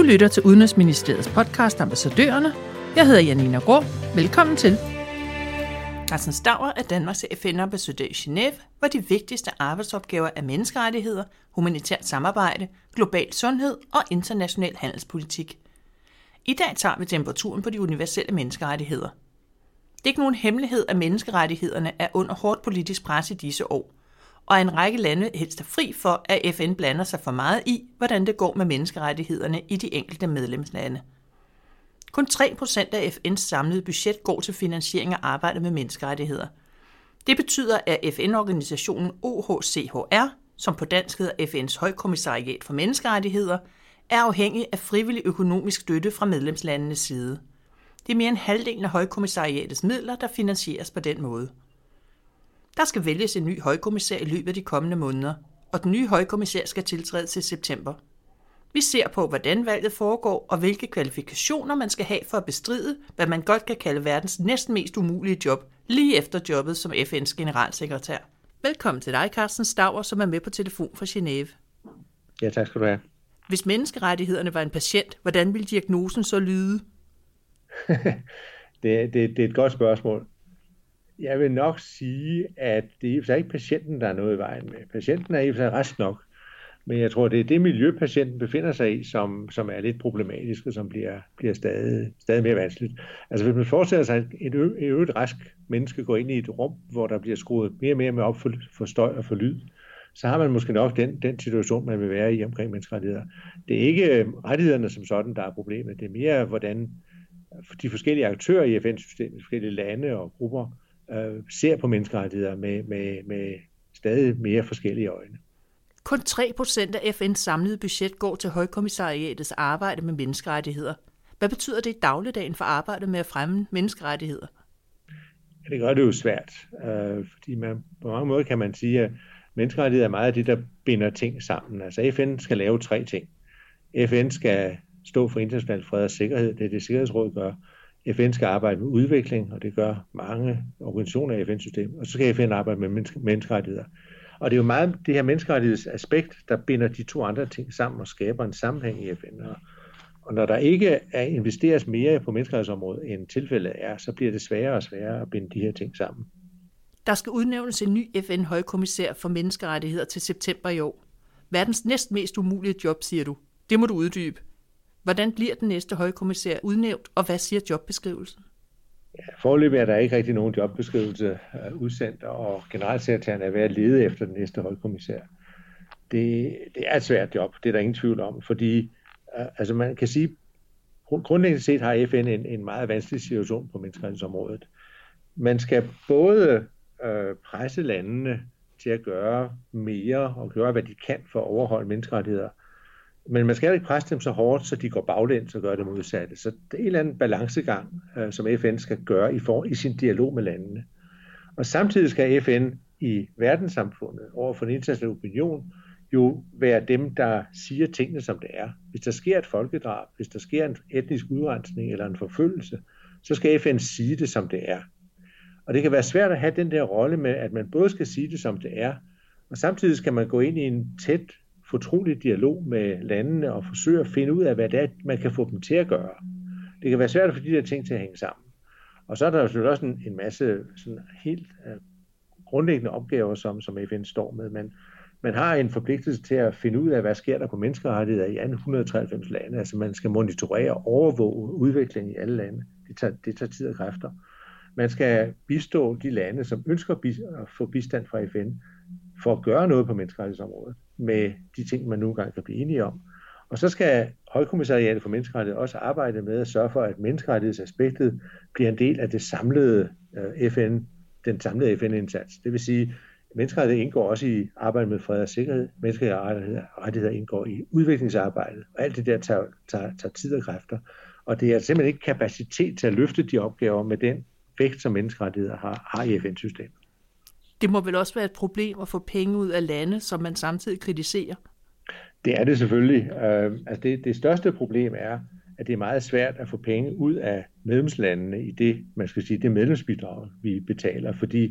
lytter til Udenrigsministeriets podcast Ambassadørerne. Jeg hedder Janina Grå. Velkommen til. Carsten Stauer er Danmarks FN-ambassadør i Genève, hvor de vigtigste arbejdsopgaver er menneskerettigheder, humanitært samarbejde, global sundhed og international handelspolitik. I dag tager vi temperaturen på de universelle menneskerettigheder. Det er ikke nogen hemmelighed, at menneskerettighederne er under hårdt politisk pres i disse år, og en række lande helst er fri for, at FN blander sig for meget i, hvordan det går med menneskerettighederne i de enkelte medlemslande. Kun 3% af FN's samlede budget går til finansiering af arbejdet med menneskerettigheder. Det betyder, at FN-organisationen OHCHR, som på dansk hedder FN's Højkommissariat for Menneskerettigheder, er afhængig af frivillig økonomisk støtte fra medlemslandenes side. Det er mere end halvdelen af Højkommissariatets midler, der finansieres på den måde. Der skal vælges en ny højkommissær i løbet af de kommende måneder, og den nye højkommissær skal tiltræde til september. Vi ser på, hvordan valget foregår, og hvilke kvalifikationer man skal have for at bestride, hvad man godt kan kalde verdens næsten mest umulige job, lige efter jobbet som FN's generalsekretær. Velkommen til dig, Carsten Stauer, som er med på telefon fra Genève. Ja, tak skal du have. Hvis menneskerettighederne var en patient, hvordan ville diagnosen så lyde? det er et godt spørgsmål. Jeg vil nok sige, at det er ikke patienten, der er noget i vejen med. Patienten er i og for sig rask nok, men jeg tror, det er det miljø, patienten befinder sig i, som er lidt problematisk, og som bliver stadig mere vanskeligt. Altså hvis man forestiller sig, at et øvrigt rask menneske går ind i et rum, hvor der bliver skruet mere og mere med op for støj og for lyd, så har man måske nok den situation, man vil være i omkring menneskerettigheder. Det er ikke rettighederne som sådan, der er problemet. Det er mere, hvordan de forskellige aktører i FN-systemet, forskellige lande og grupper, ser på menneskerettigheder med stadig mere forskellige øjne. Kun 3% af FN's samlede budget går til højkommissariatets arbejde med menneskerettigheder. Hvad betyder det i dagligdagen for arbejdet med at fremme menneskerettigheder? Ja, det gør det jo svært, fordi på mange måder kan man sige, at menneskerettigheder er meget af det, der binder ting sammen. Altså FN skal lave 3 ting. FN skal stå for international fred og sikkerhed, det er det Sikkerhedsrådet gør. FN skal arbejde med udvikling, og det gør mange organisationer i FN-systemet. Og så skal FN arbejde med menneskerettigheder. Og det er jo meget det her menneskerettighedsaspekt, der binder de 2 andre ting sammen og skaber en sammenhæng i FN. Og når der ikke investeres mere på menneskerettighedsområdet, end tilfældet er, så bliver det sværere og sværere at binde de her ting sammen. Der skal udnævnes en ny FN-højkommissær for menneskerettigheder til september i år. Verdens næstmest umulige job, siger du. Det må du uddybe. Hvordan bliver den næste højkommissær udnævnt, og hvad siger jobbeskrivelsen? Ja, foreløbig er der ikke rigtig nogen jobbeskrivelse udsendt, og generalsekretæren er ved at lede efter den næste højkommissær. Det er et svært job, det er der ingen tvivl om, fordi altså man kan sige, grundlæggende set har FN en meget vanskelig situation på menneskerettighedsområdet. Man skal både presse landene til at gøre mere og gøre, hvad de kan for at overholde menneskerettigheder, men man skal ikke presse dem så hårdt, så de går baglæns og gør det modsatte. Så det er en eller anden balancegang, som FN skal gøre i sin dialog med landene. Og samtidig skal FN i verdenssamfundet over for den internationale opinion jo være dem, der siger tingene, som det er. Hvis der sker et folkedrab, hvis der sker en etnisk udrensning eller en forfølgelse, så skal FN sige det, som det er. Og det kan være svært at have den der rolle med, at man både skal sige det, som det er, og samtidig skal man gå ind i en tæt fortrolig dialog med landene og forsøge at finde ud af, hvad det er, man kan få dem til at gøre. Det kan være svært at få de der ting til at hænge sammen. Og så er der jo selvfølgelig også en masse sådan helt grundlæggende opgaver, som FN står med. Men man har en forpligtelse til at finde ud af, hvad sker der på menneskerettigheder i 193 lande. Altså man skal monitorere og overvåge udviklingen i alle lande. Det tager tid og kræfter. Man skal bistå de lande, som ønsker at få bistand fra FN, for at gøre noget på menneskerettighedsområdet med de ting, man nu engang kan blive enige om. Og så skal Højkommissariatet for Menneskerettigheder også arbejde med at sørge for, at menneskerettighedsaspektet bliver en del af det samlede den samlede FN-indsats. Det vil sige, at menneskerettigheder indgår også i arbejdet med fred og sikkerhed. Menneskerettigheder indgår i udviklingsarbejdet, og alt det der tager tid og kræfter. Og det er simpelthen ikke kapacitet til at løfte de opgaver med den vægt, som menneskerettigheder har i FN-systemet. Det må vel også være et problem at få penge ud af lande, som man samtidig kritiserer? Det er det selvfølgelig. Altså det største problem er, at det er meget svært at få penge ud af medlemslandene i det, man skal sige, det medlemsbidrag, vi betaler. Fordi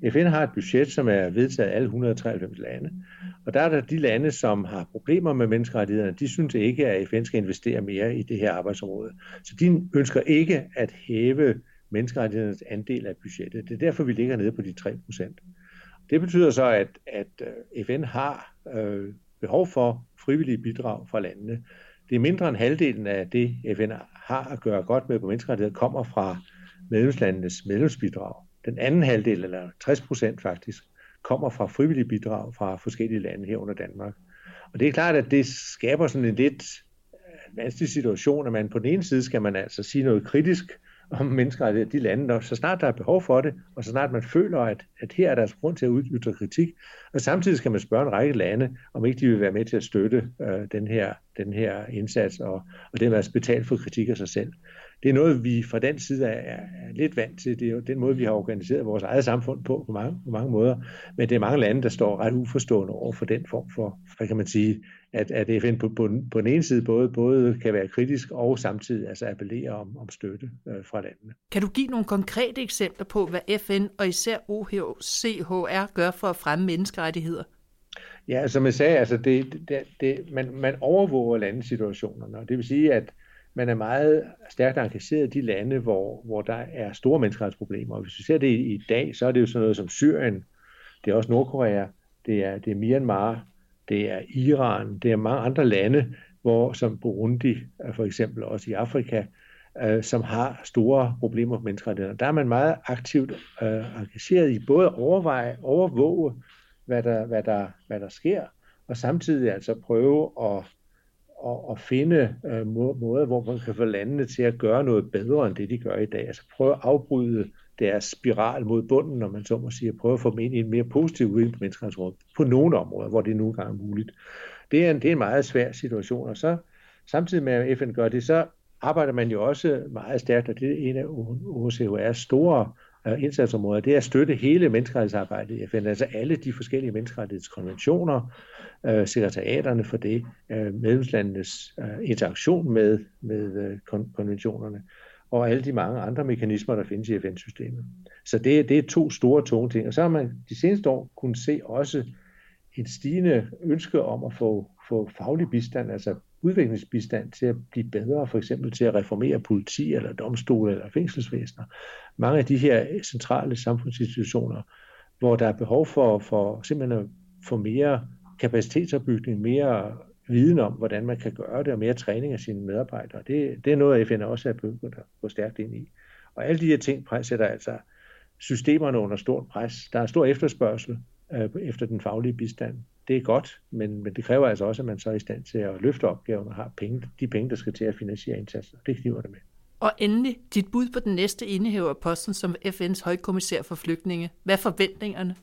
FN har et budget, som er vedtaget af alle 193 lande, og der er der de lande, som har problemer med menneskerettighederne, de synes ikke, at FN skal investere mere i det her arbejdsområde. Så de ønsker ikke at hæve menneskerettighedernes andel af budgettet. Det er derfor, vi ligger nede på de 3%. Det betyder så, at FN har behov for frivillige bidrag fra landene. Det er mindre end halvdelen af det, FN har at gøre godt med på menneskerettigheder, kommer fra medlemslandenes medlemsbidrag. Den anden halvdel, eller 60% faktisk, kommer fra frivillige bidrag fra forskellige lande herunder Danmark. Og det er klart, at det skaber sådan en lidt vanskelig situation, at man på den ene side skal man altså sige noget kritisk om menneskerettigheder de lande, så snart der er behov for det, og så snart man føler, at her er der grund til at ytre kritik, og samtidig skal man spørge en række lande, om ikke de vil være med til at støtte den her indsats, og det med at betale for kritik af sig selv. Det er noget, vi fra den side er lidt vant til. Det er jo den måde, vi har organiseret vores eget samfund på mange måder. Men det er mange lande, der står ret uforstående over for den form for, hvad kan man sige, at FN på den ene side både kan være kritisk og samtidig altså appellere om støtte fra landene. Kan du give nogle konkrete eksempler på, hvad FN og især OHCHR gør for at fremme menneskerettigheder? Ja, som jeg sagde, altså man overvåger landesituationerne, og det vil sige, at man er meget stærkt engageret i de lande, hvor der er store menneskerettighedsproblemer. Og hvis vi ser det i dag, så er det jo sådan noget som Syrien, det er også Nordkorea, det er Myanmar, det er Iran, det er mange andre lande, som Burundi, for eksempel også i Afrika, som har store problemer med menneskerettigheder. Der er man meget aktivt engageret i både at overvåge, hvad der sker, og samtidig altså prøve at finde måder, hvor man kan få landene til at gøre noget bedre, end det de gør i dag. Altså prøve at afbryde deres spiral mod bunden, når man så må sige, prøve at få dem ind i en mere positiv udvikling på menneskerettighedsområdet på nogle områder, hvor det nogle gange er muligt. Det er en meget svær situation, og så samtidig med at FN gør det, så arbejder man jo også meget stærkt, og det er en af OHCHR's store indsatsområder, det er at støtte hele menneskerettighedsarbejdet i FN, altså alle de forskellige menneskerettighedskonventioner, sekretariaterne for det, medlemslandenes interaktion med konventionerne, og alle de mange andre mekanismer, der findes i FN-systemet. Så det er to store tunge ting, og så har man de seneste år kunnet se også et stigende ønske om at få faglig bistand, altså udviklingsbistand til at blive bedre, for eksempel til at reformere politi eller domstole eller fængselsvæsener. Mange af de her centrale samfundsinstitutioner, hvor der er behov for simpelthen at få mere kapacitetsopbygning, mere viden om, hvordan man kan gøre det, og mere træning af sine medarbejdere. Det er noget, FN også er begyndt at gå stærkt ind i. Og alle de her ting sætter altså systemerne under stort pres. Der er stor efterspørgsel efter den faglige bistand. Det er godt, men det kræver altså også, at man så er i stand til at løfte opgaven og har de penge, der skal til at finansiere indsatsen. Det kniver det med. Og endelig, dit bud på den næste indehaver af posten som FN's højkommissær for flygtninge. Hvad er forventningerne?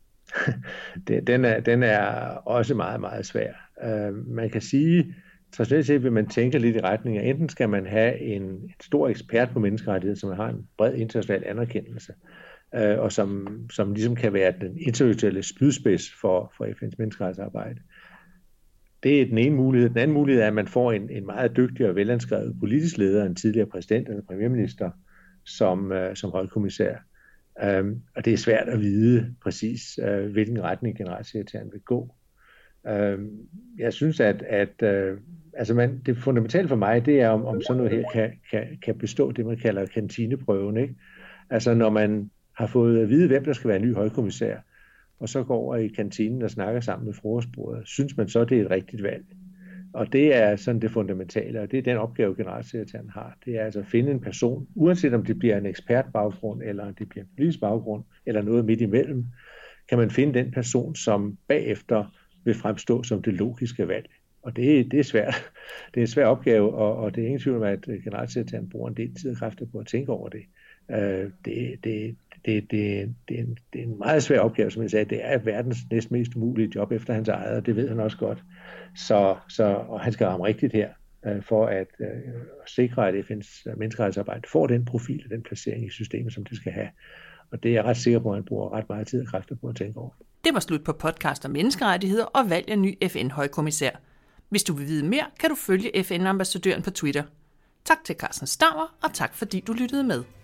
Den er også meget, meget svær. Man kan sige, traditionelt set vil man tænke lidt i retning af, enten skal man have en stor ekspert på menneskerettigheder, som har en bred international anerkendelse, og som ligesom kan være den intellektuelle spydspids for FN's menneskerettighedsarbejde. Det er den ene mulighed. Den anden mulighed er, at man får en meget dygtig og velanskrevet politisk leder, en tidligere præsident eller premierminister, som højkommissær. Og det er svært at vide præcis, hvilken retning generalsekretæren vil gå. Jeg synes, at det fundamentale for mig, det er, om sådan noget her kan bestå det, man kalder kantineprøven, ikke? Altså når man har fået at vide, hvem der skal være ny højkommissær, og så går over i kantinen og snakker sammen med frokostbordet, synes man så, det er et rigtigt valg. Og det er sådan det fundamentale, og det er den opgave, generalsekretæren har. Det er altså at finde en person, uanset om det bliver en ekspertbaggrund, eller om det bliver en politisk baggrund, eller noget midt imellem, kan man finde den person, som bagefter vil fremstå som det logiske valg. Og det er svært. Det er en svær opgave, og det er ingen tvivl om, at generalsekretæren bruger en del tid og kræfter på at tænke over det. Det er en meget svær opgave, som jeg sagde. Det er verdens næstmest umulige job efter hans eget, og det ved han også godt. Og han skal ramme rigtigt her, for at sikre, at FN's menneskerettighedsarbejde får den profil og den placering i systemet, som det skal have. Og det er jeg ret sikker på, at han bruger ret meget tid og kræfter på at tænke over. Det var slut på podcast om menneskerettigheder og valg af ny FN-højkommissær. Hvis du vil vide mere, kan du følge FN-ambassadøren på Twitter. Tak til Carsten Stauer, og tak fordi du lyttede med.